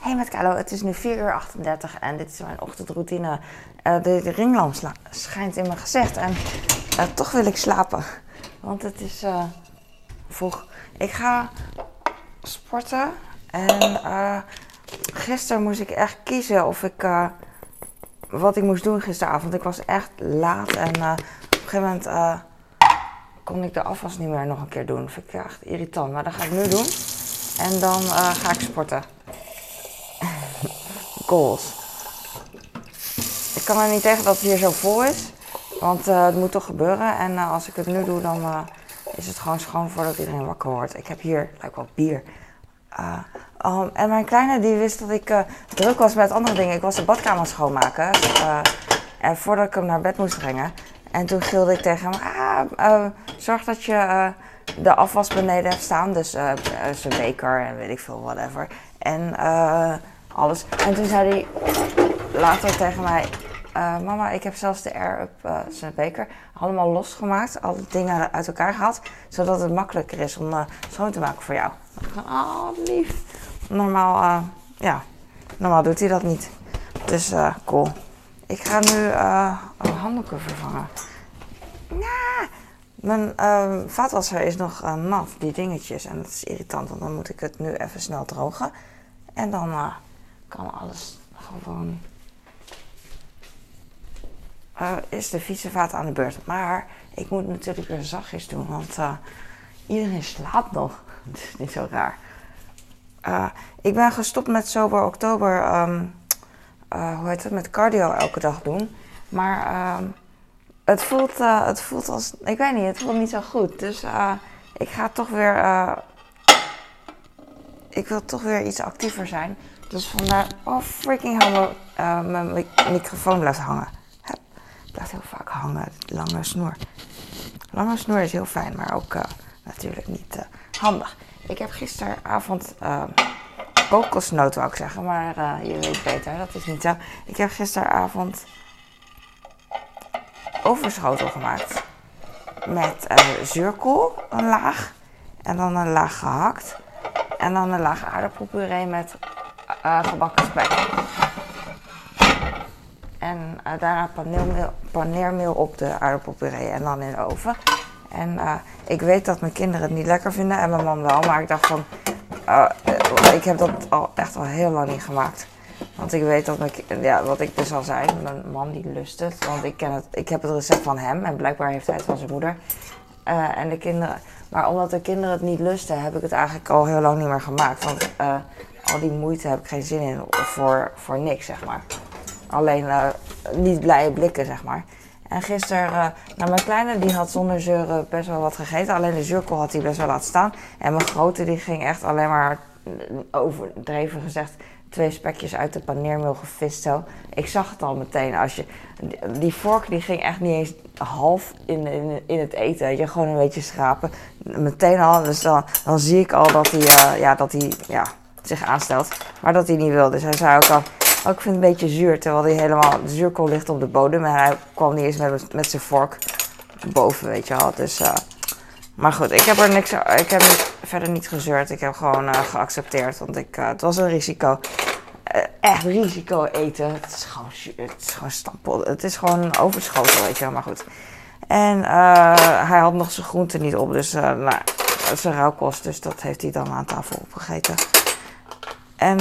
Hey met Carlo, het is nu 4:38 en dit is mijn ochtendroutine. De ringlamp schijnt in mijn gezicht en toch wil ik slapen. Want het is vroeg. Ik ga sporten en gisteren moest ik echt kiezen of ik wat ik moest doen gisteravond. Ik was echt laat en op een gegeven moment kon ik de afwas niet meer nog een keer doen. Dat vind ik echt irritant, maar dat ga ik nu doen. En dan ga ik sporten. Goals. Ik kan er niet tegen dat het hier zo vol is. Want het moet toch gebeuren. En als ik het nu doe, dan is het gewoon schoon voordat iedereen wakker wordt. Ik heb hier, lijkt wel bier. En mijn kleine die wist dat ik druk was met andere dingen. Ik was de badkamer schoonmaken. En voordat ik hem naar bed moest brengen. En toen gilde ik tegen hem. Zorg dat je de afwas beneden hebt staan. Dus zijn beker en weet ik veel, whatever. En alles. En toen zei hij later tegen mij... mama, ik heb zelfs de air-up, zijn beker, allemaal losgemaakt. Alle dingen uit elkaar gehaald. Zodat het makkelijker is om schoon te maken voor jou. Ik dacht, oh, lief. Normaal doet hij dat niet. Dus cool. Ik ga nu handdoeken vervangen. Ja, mijn vaatwasser is nog nat, die dingetjes. En dat is irritant, want dan moet ik het nu even snel drogen. En dan kan alles gewoon... is de fietsenvaat aan de beurt. Maar ik moet natuurlijk weer zachtjes doen, want iedereen slaapt nog. Het is niet zo raar. Ik ben gestopt met Sober Oktober, met cardio elke dag doen. Maar het voelt als, ik weet niet, het voelt niet zo goed. Dus ik ga toch weer, ik wil toch weer iets actiever zijn. Dus vandaar, freaking hell, mijn microfoon blijft hangen. Blijft heel vaak hangen, lange snoer. Lange snoer is heel fijn, maar ook natuurlijk niet handig. Ik heb gisteravond kokosnoot, wou ik zeggen, maar je weet beter, dat is niet zo. Ik heb gisteravond overschotel gemaakt met zuurkool, een laag, en dan een laag gehakt. En dan een laag aardappelpuree met gebakken spek. En daarna paneermeel op de aardappelpuree en dan in de oven. En ik weet dat mijn kinderen het niet lekker vinden en mijn man wel. Maar ik dacht van, ik heb dat al echt al heel lang niet gemaakt. Want ik weet dat wat ik dus al zei, mijn man die lust het. Want ik heb het recept van hem en blijkbaar heeft hij het van zijn moeder. En de kinderen, maar omdat de kinderen het niet lusten, heb ik het eigenlijk al heel lang niet meer gemaakt. Want al die moeite heb ik geen zin in voor niks, zeg maar. Alleen niet blije blikken, zeg maar. En gisteren, mijn kleine die had zonder zeuren best wel wat gegeten. Alleen de zuurkool had hij best wel laten staan. En mijn grote die ging echt alleen maar, overdreven gezegd, 2 spekjes uit de paneermeel gevist zo. Ik zag het al meteen. Die vork die ging echt niet eens half in het eten. Je gewoon een beetje schrapen. Meteen al. Dus dan zie ik al dat hij zich aanstelt. Maar dat hij niet wil. Dus hij zei ook al... ik vind het een beetje zuur, terwijl hij helemaal... De zuurkool ligt op de bodem en hij kwam niet eens met zijn vork boven, weet je wel. Dus, maar goed, ik heb verder niet gezeurd. Ik heb gewoon geaccepteerd, want het was een risico. Echt risico eten. Het is gewoon stampel. Het is gewoon overschoten, weet je wel, maar goed. En hij had nog zijn groenten niet op, dus zijn rauwkost. Dus dat heeft hij dan aan tafel opgegeten. En...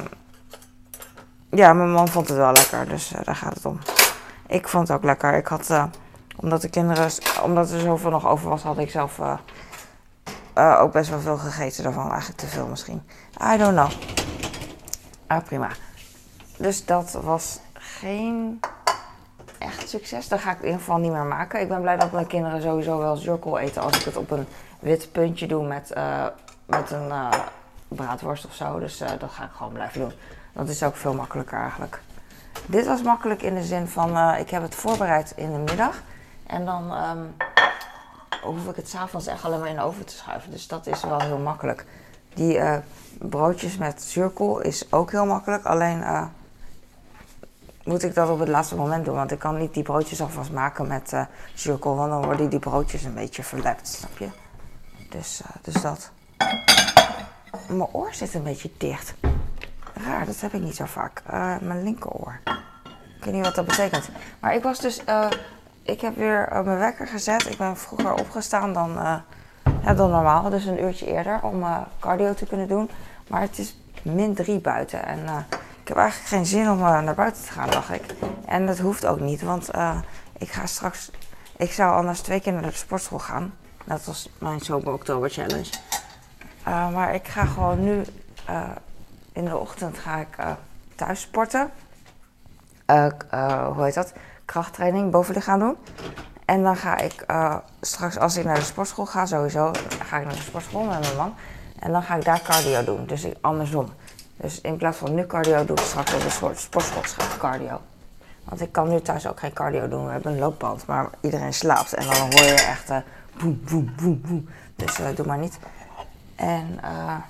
ja, mijn man vond het wel lekker, dus daar gaat het om. Ik vond het ook lekker. Ik had, omdat er zoveel nog over was, had ik zelf ook best wel veel gegeten daarvan. Eigenlijk te veel misschien. I don't know. Prima. Dus dat was geen echt succes. Dat ga ik in ieder geval niet meer maken. Ik ben blij dat mijn kinderen sowieso wel zuurkool eten als ik het op een wit puntje doe met een braadworst of zo. Dus dat ga ik gewoon blijven doen. Dat is ook veel makkelijker eigenlijk. Dit was makkelijk in de zin van, ik heb het voorbereid in de middag. En dan hoef ik het 's avonds echt alleen maar in de oven te schuiven. Dus dat is wel heel makkelijk. Die broodjes met zuurkool is ook heel makkelijk. Alleen moet ik dat op het laatste moment doen. Want ik kan niet die broodjes alvast maken met zuurkool. Want dan worden die broodjes een beetje verlept, snap je? Dus dat. Mijn oor zit een beetje dicht. Raar, dat heb ik niet zo vaak. Mijn linkeroor. Ik weet niet wat dat betekent. Maar ik was dus... ik heb weer mijn wekker gezet. Ik ben vroeger opgestaan dan normaal. Dus een uurtje eerder om cardio te kunnen doen. Maar het is -3 buiten. En ik heb eigenlijk geen zin om naar buiten te gaan, dacht ik. En dat hoeft ook niet. Want ik ga straks... Ik zou anders 2 keer naar de sportschool gaan. Dat was mijn zomer-oktober challenge. Maar ik ga gewoon nu... in de ochtend ga ik thuis sporten. Hoe heet dat? Krachttraining, bovenlichaam doen. En dan ga ik straks, als ik naar de sportschool ga, sowieso ga ik naar de sportschool met mijn man. En dan ga ik daar cardio doen. Dus andersom. Dus in plaats van nu cardio, doe ik straks op de sportschool cardio. Want ik kan nu thuis ook geen cardio doen. We hebben een loopband, maar iedereen slaapt. En dan hoor je echt boem, boem, boem, boem. Dus doe maar niet. En...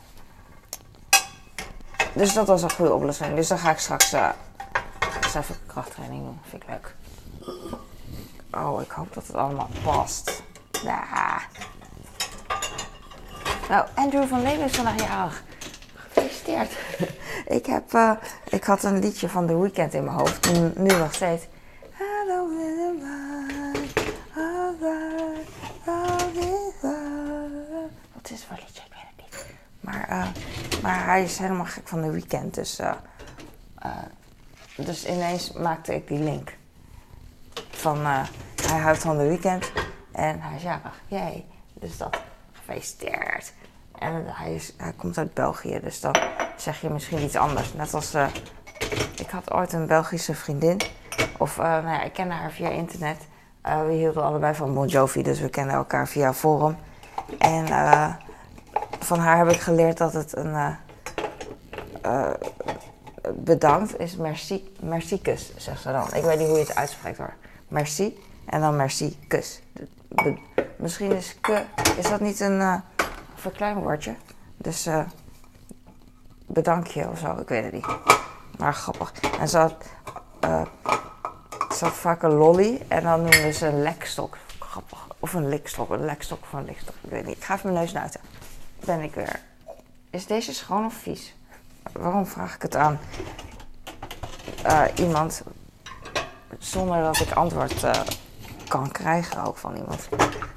Dus dat was een goede oplossing. Dus dan ga ik straks eens even krachttraining doen. Vind ik leuk. Oh, ik hoop dat het allemaal past. Ja. Nou, Andrew van Leeuwen is vandaag jarig. Gefeliciteerd. Ik had een liedje van The Weeknd in mijn hoofd. Nu nog steeds. Wat is het voor liedje? Ik weet het niet. Maar hij is helemaal gek van The Weeknd. Dus ineens maakte ik die link. Van hij houdt van The Weeknd en hij is jarig. Jee. Dus dat. Gefeliciteerd. En hij komt uit België. Dus dan zeg je misschien iets anders. Net als... ik had ooit een Belgische vriendin. Of ik kende haar via internet. We hielden allebei van Bon Jovi. Dus we kennen elkaar via forum. En van haar heb ik geleerd dat het een... bedankt is merci-kus, zegt ze dan. Ik weet niet hoe je het uitspreekt hoor. Merci en dan merci-kus. Misschien is is dat niet een verkleinwoordje? Dus bedank je of zo, ik weet het niet. Maar grappig. En ze had vaak een lolly en dan noemden ze een lekstok. Grappig. Of een likstok of een likstok. Ik weet niet. Ik ga even mijn neus nuiten. Ben ik weer. Is deze schoon of vies? Waarom vraag ik het aan iemand zonder dat ik antwoord kan krijgen ook van iemand?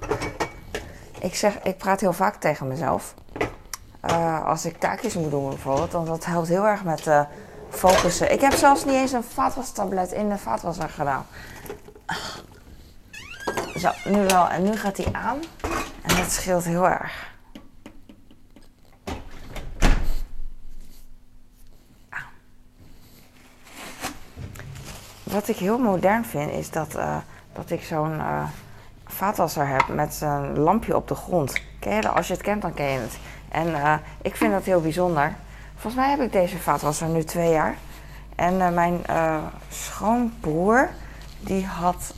Ik praat heel vaak tegen mezelf. Als ik taakjes moet doen bijvoorbeeld, want dat helpt heel erg met focussen. Ik heb zelfs niet eens een vaatwastablet in de vaatwasser gedaan. Zo, nu wel. En nu gaat hij aan. En dat scheelt heel erg. Wat ik heel modern vind is dat ik zo'n vaatwasser heb met een lampje op de grond. Ken je dat? Als je het kent, dan ken je het. En ik vind dat heel bijzonder. Volgens mij heb ik deze vaatwasser nu 2 jaar. En mijn schoonbroer, die had...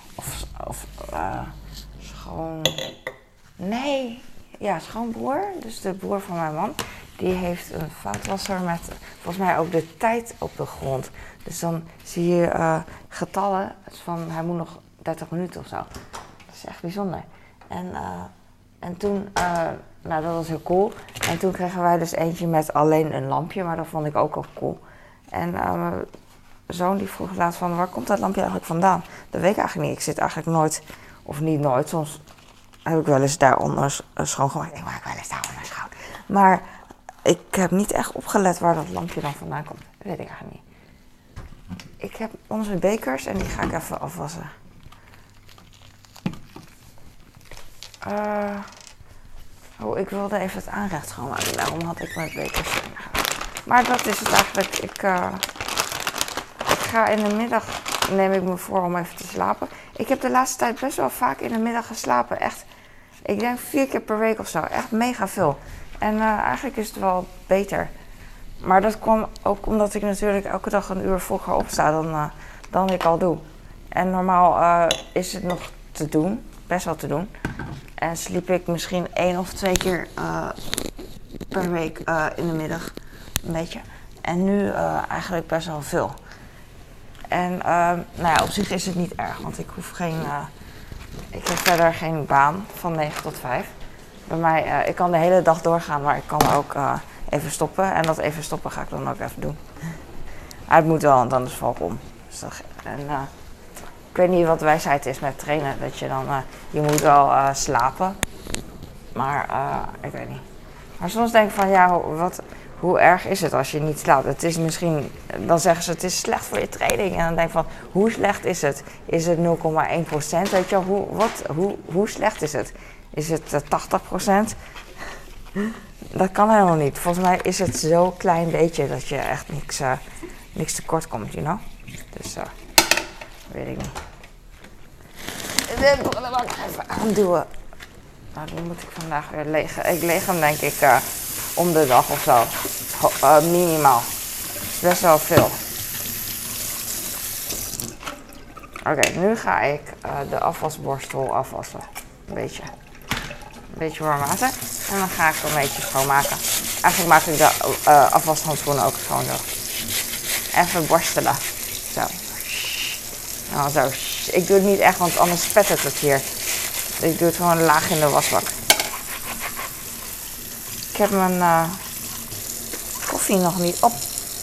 schoonbroer, dus de broer van mijn man... Die heeft een vaatwasser met volgens mij ook de tijd op de grond. Dus dan zie je getallen van hij moet nog 30 minuten of zo. Dat is echt bijzonder. En toen, dat was heel cool. En toen kregen wij dus eentje met alleen een lampje, maar dat vond ik ook al cool. En mijn zoon die vroeg laatst van, waar komt dat lampje eigenlijk vandaan? Dat weet ik eigenlijk niet. Ik zit eigenlijk nooit, of niet nooit, soms heb ik wel eens daaronder schoongemaakt. Ik maak wel eens daaronder schoon. Maar... ik heb niet echt opgelet waar dat lampje dan vandaan komt. Dat weet ik eigenlijk niet. Ik heb onze bekers en die ga ik even afwassen. Ik wilde even het aanrecht schoonmaken. Daarom had ik mijn bekers. Maar dat is het eigenlijk. Ik ga in de middag, neem ik me voor om even te slapen. Ik heb de laatste tijd best wel vaak in de middag geslapen. Echt, ik denk 4 keer per week of zo. Echt mega veel. En eigenlijk is het wel beter. Maar dat kwam ook omdat ik natuurlijk elke dag een uur vroeger opsta dan ik al doe. En normaal is het nog te doen, best wel te doen. En sliep ik misschien 1 of 2 keer per week in de middag, een beetje. En nu eigenlijk best wel veel. En op zich is het niet erg, want ik hoef ik heb verder geen baan van 9 tot 5. Bij mij, ik kan de hele dag doorgaan, maar ik kan ook even stoppen. En dat even stoppen ga ik dan ook even doen. Het moet wel, want anders val ik om. Dus ik weet niet wat wijsheid is met trainen. Dat je dan, je moet wel slapen. Maar ik weet niet. Maar soms denk ik van, ja, hoe erg is het als je niet slaapt? Het is misschien, dan zeggen ze het is slecht voor je training. En dan denk ik van, hoe slecht is het? Is het 0,1%? Weet je wel, hoe slecht is het? Is het 80%? Dat kan helemaal niet. Volgens mij is het zo'n klein beetje dat je echt niks tekort komt, you know? Dus weet ik niet. De prullenbak even aanduwen. Nou, die moet ik vandaag weer legen. Ik leeg hem denk ik om de dag of zo. Minimaal. Best wel veel. Oké, nu ga ik de afwasborstel afwassen. Een beetje warm water. En dan ga ik hem een beetje schoonmaken. Eigenlijk maak ik de afwashandschoenen ook schoon zo. Even borstelen. Zo. Nou, zo. Ik doe het niet echt, want anders spettert het hier. Ik doe het gewoon laag in de wasbak. Ik heb mijn koffie nog niet op.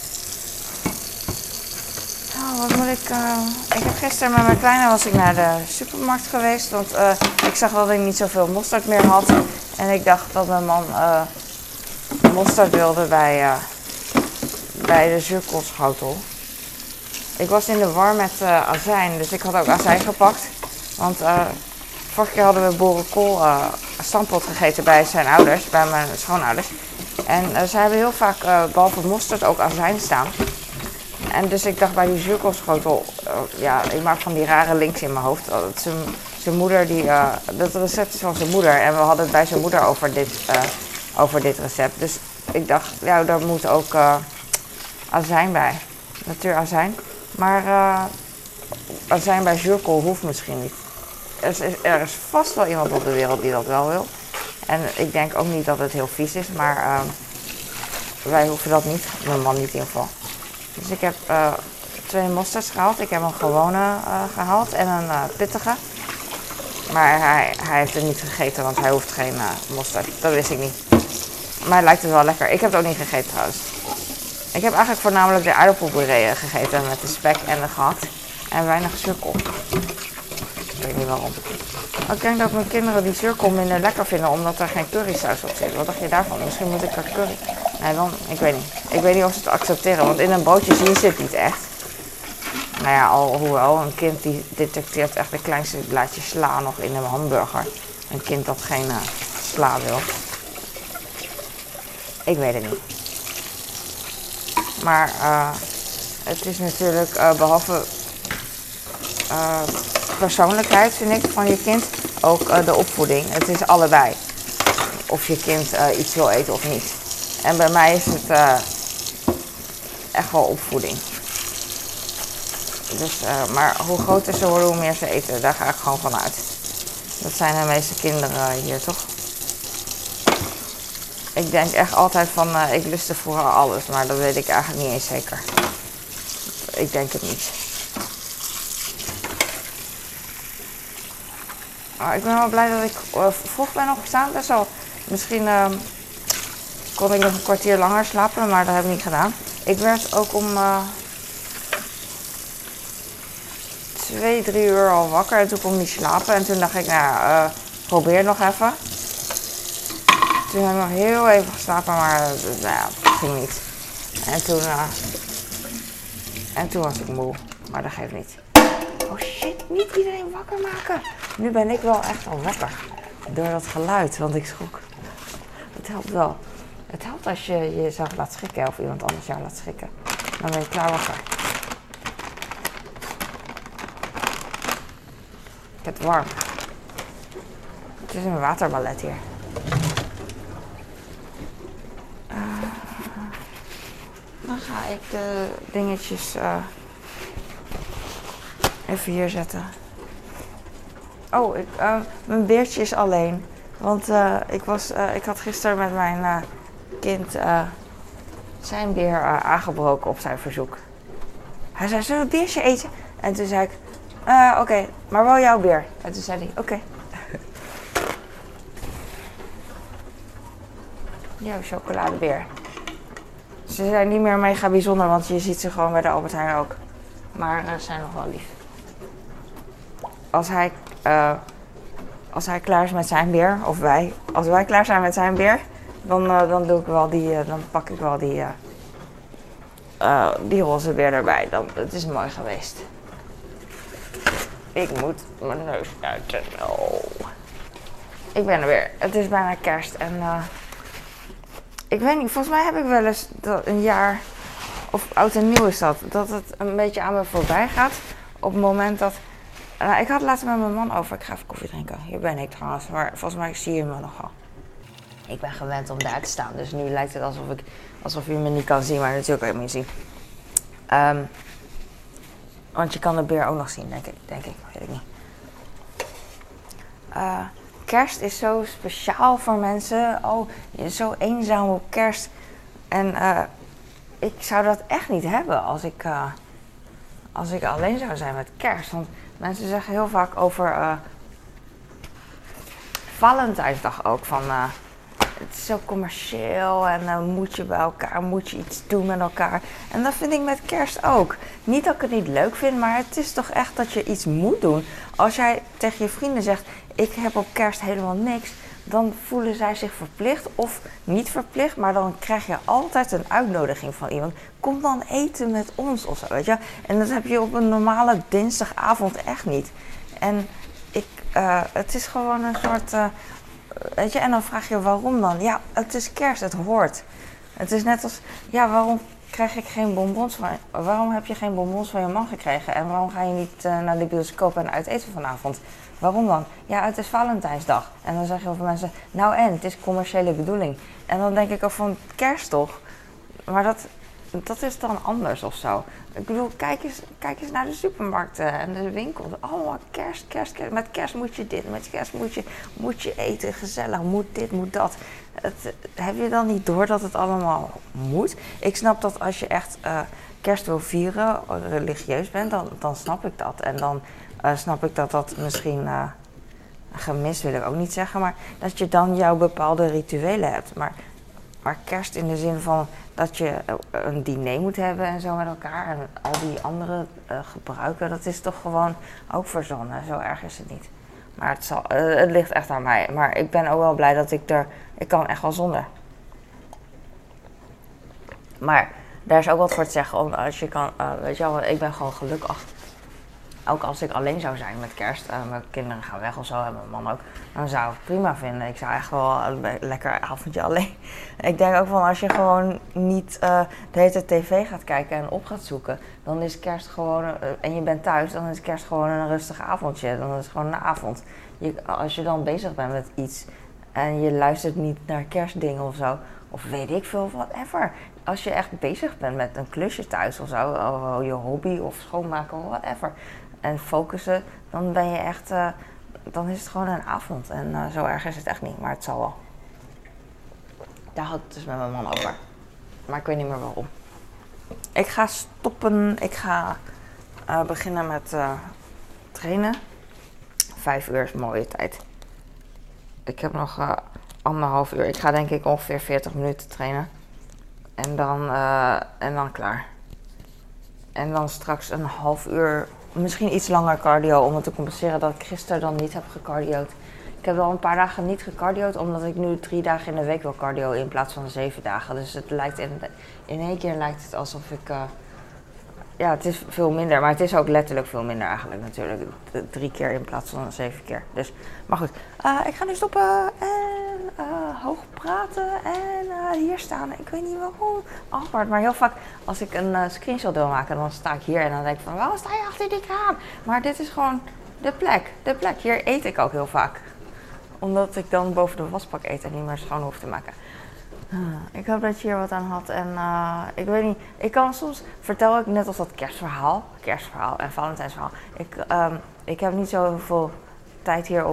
Oh, wat moet ik... Ik heb gisteren met mijn kleine was ik naar de supermarkt geweest. Want ik zag dat ik niet zoveel mosterd meer had. En ik dacht dat mijn man mosterd wilde bij de zuurkoolschotel. Ik was in de war met azijn, dus ik had ook azijn gepakt. Want vorige keer hadden we boerenkool stampot gegeten bij zijn ouders, bij mijn schoonouders. En zij hebben heel vaak, behalve mosterd, ook azijn staan. En dus ik dacht bij die zuurkoolschotel, ja, ik maak van die rare links in mijn hoofd. Zijn moeder, dat recept is van zijn moeder. En we hadden het bij zijn moeder over dit recept. Dus ik dacht, ja, daar moet ook azijn bij. Natuurazijn. Maar azijn bij zuurkool hoeft misschien niet. Er is vast wel iemand op de wereld die dat wel wil. En ik denk ook niet dat het heel vies is, maar wij hoeven dat niet. Mijn man niet in ieder geval. Dus ik heb 2 mostards gehaald. Ik heb een gewone gehaald en een pittige. Maar hij heeft het niet gegeten, want hij hoeft geen mosterd. Dat wist ik niet. Maar het lijkt het wel lekker. Ik heb het ook niet gegeten trouwens. Ik heb eigenlijk voornamelijk de aardappelpuree gegeten met de spek en de gehakt. En weinig zuurkool. Ik weet niet waarom. Ik denk dat mijn kinderen die zuurkool minder lekker vinden omdat er geen currysaus op zit. Wat dacht je daarvan? Misschien moet ik er curry... Nee, dan... Ik weet niet. Ik weet niet of ze het accepteren, want in een broodje zie je het niet echt. Nou ja, hoewel een kind die detecteert echt de kleinste blaadje sla nog in een hamburger. Een kind dat geen sla wil. Ik weet het niet. Maar het is natuurlijk behalve persoonlijkheid, vind ik, van je kind, ook de opvoeding. Het is allebei. Of je kind iets wil eten of niet. En bij mij is het echt wel opvoeding. Dus, maar hoe groter ze worden, hoe meer ze eten. Daar ga ik gewoon van uit. Dat zijn de meeste kinderen hier, toch? Ik denk echt altijd van, ik lustte vroeger alles, maar dat weet ik eigenlijk niet eens zeker. Ik denk het niet. Ik ben wel blij dat ik vroeg ben opgestaan, best wel. Misschien kon ik nog een kwartier langer slapen, maar dat heb ik niet gedaan. Ik werd ook om 2, 3 uur al wakker en toen kon ik niet slapen. En toen dacht ik, nou, probeer nog even. Toen heb ik nog heel even geslapen, maar nou ja, dat ging niet. En toen was ik moe, maar dat geeft niet. Oh shit, niet iedereen wakker maken. Nu ben ik wel echt al wakker. Door dat geluid, want ik schrok. Het helpt wel. Het helpt als je jezelf laat schrikken of iemand anders jou laat schrikken. Dan ben je klaar wakker. Ik heb het warm. Het is een waterballet hier. Dan ga ik de dingetjes even hier zetten. Oh, mijn beertje is alleen. Want ik had gisteren met mijn kind zijn beer aangebroken op zijn verzoek. Hij zei, zullen we een beertje eten? En toen zei ik, oké, maar wel jouw beer. En toen zei hij, oké. Jouw chocoladebeer. Ze zijn niet meer mega bijzonder, want je ziet ze gewoon bij de Albert Heijn ook. Maar ze zijn nog wel lief. Als hij klaar is met zijn beer, of wij, als wij klaar zijn met zijn beer, dan doe ik wel dan pak ik wel die roze beer erbij. Het is mooi geweest. Ik moet mijn neus uiten. Oh. Ik ben er weer. Het is bijna kerst en ik weet niet, volgens mij heb ik wel eens een jaar, of oud en nieuw is dat het een beetje aan me voorbij gaat. Op het moment dat, ik had het laatst met mijn man over, ik ga even koffie drinken. Hier ben ik trouwens, maar volgens mij zie je me nogal. Ik ben gewend om daar te staan, dus nu lijkt het alsof je me niet kan zien, maar natuurlijk kan je me niet zien. Want je kan de beer ook nog zien, denk ik, weet ik niet. Kerst is zo speciaal voor mensen. Oh, je is zo eenzaam op kerst. En ik zou dat echt niet hebben als ik alleen zou zijn met kerst. Want mensen zeggen heel vaak over Valentijnsdag ook van het is zo commercieel en moet je bij elkaar, moet je iets doen met elkaar. En dat vind ik met kerst ook. Niet dat ik het niet leuk vind, maar het is toch echt dat je iets moet doen. Als jij tegen je vrienden zegt, ik heb op kerst helemaal niks, dan voelen zij zich verplicht of niet verplicht, maar dan krijg je altijd een uitnodiging van iemand. Kom dan eten met ons of zo, weet je. En dat heb je op een normale dinsdagavond echt niet. En het is gewoon een soort, weet je, en dan vraag je waarom dan? Ja, het is kerst, het hoort. Het is net als, ja, waarom krijg ik geen bonbons waarom heb je geen bonbons van je man gekregen? En waarom ga je niet naar de bioscoop en uit eten vanavond? Waarom dan? Ja, het is Valentijnsdag. En dan zeggen heel veel mensen, nou en, het is commerciële bedoeling. En dan denk ik ook van, kerst toch? Maar dat is dan anders of zo. Ik bedoel, kijk eens naar de supermarkten en de winkels. Allemaal kerst. Met kerst moet je dit, met kerst moet je eten, gezellig, moet dit, moet dat. Heb je dan niet door dat het allemaal moet? Ik snap dat als je echt kerst wil vieren, religieus bent, dan snap ik dat. En dan snap ik dat misschien gemist wil ik ook niet zeggen, maar dat je dan jouw bepaalde rituelen hebt. Maar kerst in de zin van dat je een diner moet hebben en zo met elkaar. En al die andere gebruiken, dat is toch gewoon ook verzonnen. Zo erg is het niet. Maar het ligt echt aan mij. Maar ik ben ook wel blij dat ik kan echt wel zonder. Maar daar is ook wat voor te zeggen. Als je kan, weet je wel, ik ben gewoon gelukkig. Ook als ik alleen zou zijn met kerst, mijn kinderen gaan weg of zo, en mijn man ook, dan zou ik het prima vinden. Ik zou echt wel een lekker avondje alleen. Ik denk ook van, als je gewoon niet de hele tijd tv gaat kijken en op gaat zoeken, dan is kerst gewoon, en je bent thuis, dan is kerst gewoon een rustig avondje. Dan is het gewoon een avond. Als je dan bezig bent met iets en je luistert niet naar kerstdingen of zo, of weet ik veel, whatever. Als je echt bezig bent met een klusje thuis of zo, of je hobby of schoonmaken of whatever, en focussen, dan ben je echt, dan is het gewoon een avond. En zo erg is het echt niet, maar het zal wel. Daar had ik het dus met mijn man over. Maar ik weet niet meer waarom. Ik ga stoppen, ik ga beginnen met trainen. 5 uur is een mooie tijd. Ik heb nog 1,5 uur. Ik ga denk ik ongeveer 40 minuten trainen. En dan klaar. En dan straks een half uur, misschien iets langer cardio, om het te compenseren dat ik gisteren dan niet heb gecardio'd. Ik heb al een paar dagen niet gecardio'd, omdat ik nu 3 dagen in de week wil cardio in plaats van 7 dagen. Dus het lijkt in één keer lijkt het alsof ik, ja, het is veel minder, maar het is ook letterlijk veel minder eigenlijk natuurlijk. 3 keer in plaats van 7 keer. Dus, maar goed, ik ga nu stoppen en hoog praten en hier staan. Ik weet niet waarom. Awkward, maar heel vaak als ik een screenshot wil maken, dan sta ik hier en dan denk ik van, waarom sta je achter die kraan? Maar dit is gewoon de plek. Hier eet ik ook heel vaak. Omdat ik dan boven de wasbak eet en niet meer schoon hoef te maken. Ik hoop dat je hier wat aan had en ik weet niet, ik kan soms, vertel ik net als dat kerstverhaal en Valentijnsverhaal. Ik heb niet zoveel tijd hier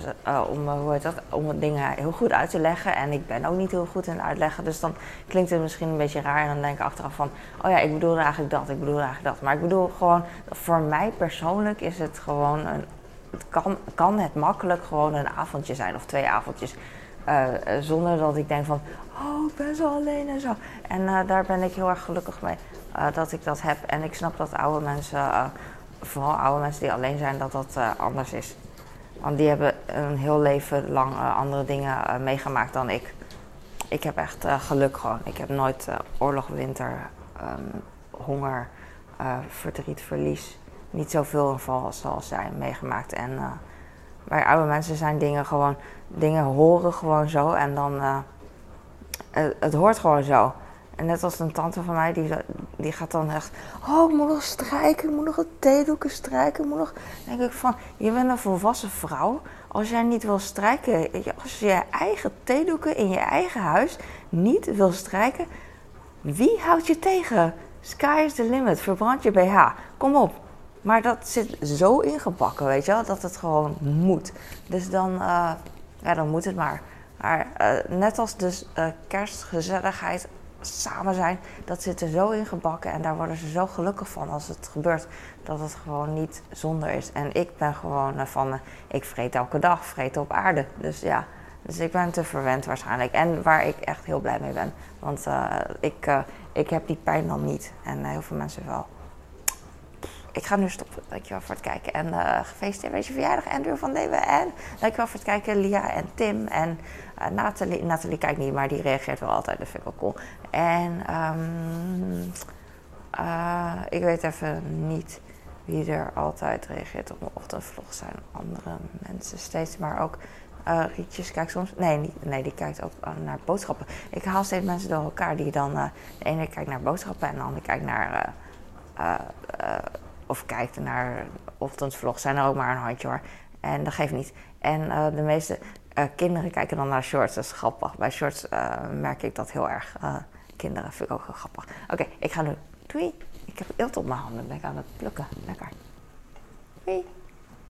om dingen heel goed uit te leggen en ik ben ook niet heel goed in het uitleggen, dus dan klinkt het misschien een beetje raar en dan denk ik achteraf van, oh ja, ik bedoelde eigenlijk dat, maar ik bedoel gewoon, voor mij persoonlijk is het gewoon, kan het makkelijk gewoon een avondje zijn of 2 avondjes. Zonder dat ik denk van, oh, ik ben zo alleen en zo. En daar ben ik heel erg gelukkig mee dat ik dat heb. En ik snap dat oude mensen, vooral oude mensen die alleen zijn, dat dat anders is. Want die hebben een heel leven lang andere dingen meegemaakt dan ik. Ik heb echt geluk gewoon. Ik heb nooit oorlog, winter, honger, verdriet, verlies. Niet zoveel in geval zoals zij meegemaakt. En bij oude mensen zijn dingen horen gewoon zo. En dan, het hoort gewoon zo. En net als een tante van mij, die gaat dan echt... Oh, ik moet nog strijken, ik moet nog het theedoeken strijken. Ik moet nog... Dan denk ik van, je bent een volwassen vrouw. Als jij niet wil strijken, als je je eigen theedoeken in je eigen huis niet wil strijken... Wie houdt je tegen? Sky is the limit, verbrand je BH. Kom op. Maar dat zit zo ingebakken, weet je wel, dat het gewoon moet. Dus dan, dan moet het maar. Maar net als dus kerstgezelligheid, samen zijn, dat zit er zo ingebakken. En daar worden ze zo gelukkig van als het gebeurt, dat het gewoon niet zonder is. En ik ben gewoon ik vreet elke dag, vreten op aarde. Dus ja, dus ik ben te verwend waarschijnlijk. En waar ik echt heel blij mee ben. Want ik heb die pijn dan niet. En heel veel mensen wel. Ik ga nu stoppen. Dankjewel voor het kijken. En gefeliciteerd met je verjaardag, Andrew van Leeuwen. En dankjewel voor het kijken, Lia en Tim. En Nathalie. Nathalie kijkt niet, maar die reageert wel altijd. Dat vind ik wel cool. En ik weet even niet wie er altijd reageert op mijn ochtendvlog. Zijn andere mensen steeds. Maar ook Rietjes kijkt soms... Nee, die kijkt ook naar boodschappen. Ik haal steeds mensen door elkaar die dan... de ene kijkt naar boodschappen en de andere kijkt naar... of kijkt naar ochtendvlogs, zijn er ook maar een handje hoor. En dat geeft niet. En de meeste kinderen kijken dan naar shorts, dat is grappig. Bij shorts merk ik dat heel erg. Kinderen vind ik ook heel grappig. Oké, ik ga nu. Doei. Ik heb eelt op mijn handen, ben ik aan het plukken. Lekker. Doei.